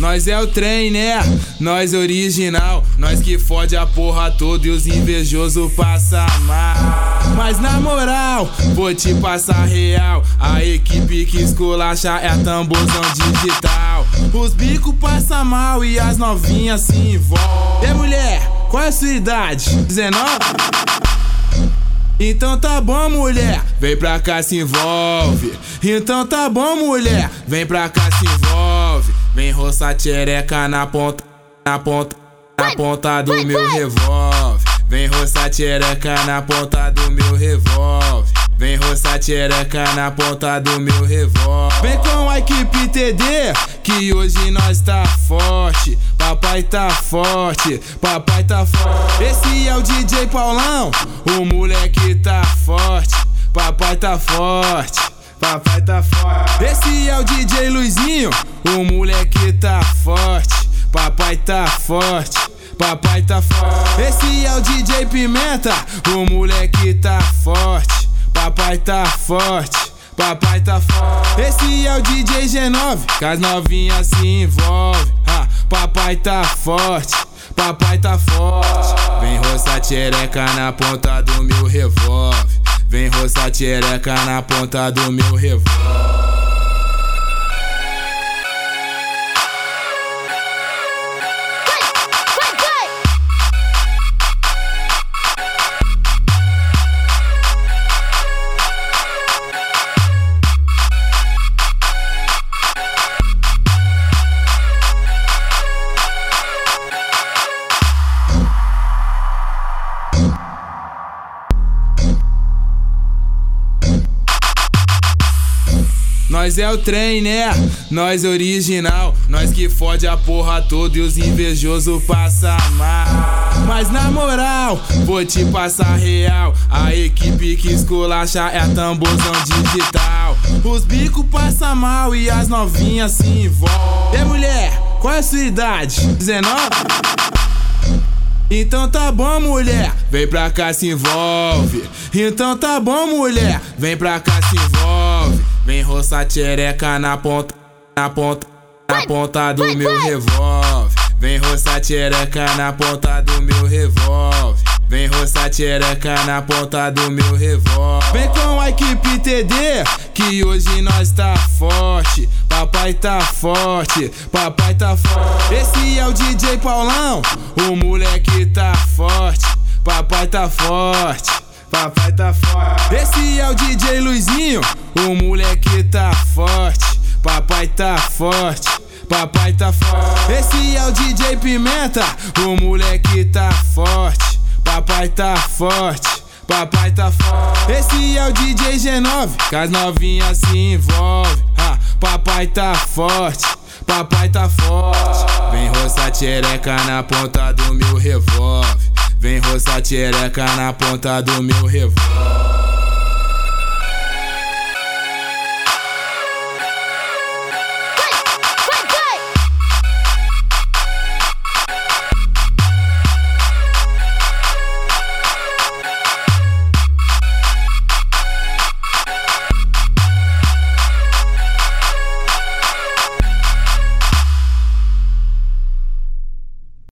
Nós é o trem, né? Nós original. Nós que fode a porra toda e os invejosos passa mal. Mas na moral, vou te passar real. A equipe que esculacha é a tamborzão digital. Os bicos passa mal e as novinhas se envolvem. E mulher, qual é a sua idade? 19? Então tá bom, mulher, vem pra cá, se envolve. Então tá bom, mulher, vem pra cá, se envolve. Vem roçar tchereca na ponta do meu revólver. Vem roçar tchereca na ponta do meu revólver. Vem roçar tchereca na ponta do meu revólver. Vem com a equipe TD, que hoje nós tá forte. Papai tá forte, papai tá forte. Esse é o DJ Paulão, o moleque tá forte. Papai tá forte, papai tá forte. Esse é o DJ Luizinho, o moleque tá forte. Papai tá forte, papai tá forte. Esse é o DJ Pimenta, o moleque tá forte. Papai tá forte, papai tá forte. Esse é o DJ G9, que as novinhas se envolvem. Papai tá forte, papai tá forte. Vem roçar tchereca na ponta do meu revólver. Vem roçar tchereca na ponta do meu revólver. Nós é o trem, né? Nós original. Nós que fode a porra toda e os invejosos passa mal. Mas na moral, vou te passar real. A equipe que esculacha é a tamborzão digital. Os bicos passa mal e as novinhas se envolvem. E mulher, qual é a sua idade? 19? Então tá bom, mulher, vem pra cá, se envolve. Então tá bom, mulher, vem pra cá, se envolve. Vem roçar tchereca na ponta do meu revólver. Vem roçar tchereca na ponta do meu revólver. Vem roçar tchereca na ponta do meu revólver. Vem com a equipe TD, que hoje nós tá forte. Papai tá forte, papai tá forte. Esse é o DJ Paulão, o moleque tá forte. Papai tá forte, papai tá forte. Esse é o DJ Luizinho, o moleque tá forte. Papai tá forte, papai tá forte. Esse é o DJ Pimenta, o moleque tá forte. Papai tá forte, papai tá forte. Esse é o DJ G9, que as novinhas se envolvem. Papai tá forte, papai tá forte. Vem roçar tchereca na ponta do meu revólver. Vem roçar tchereca na ponta do meu revólver.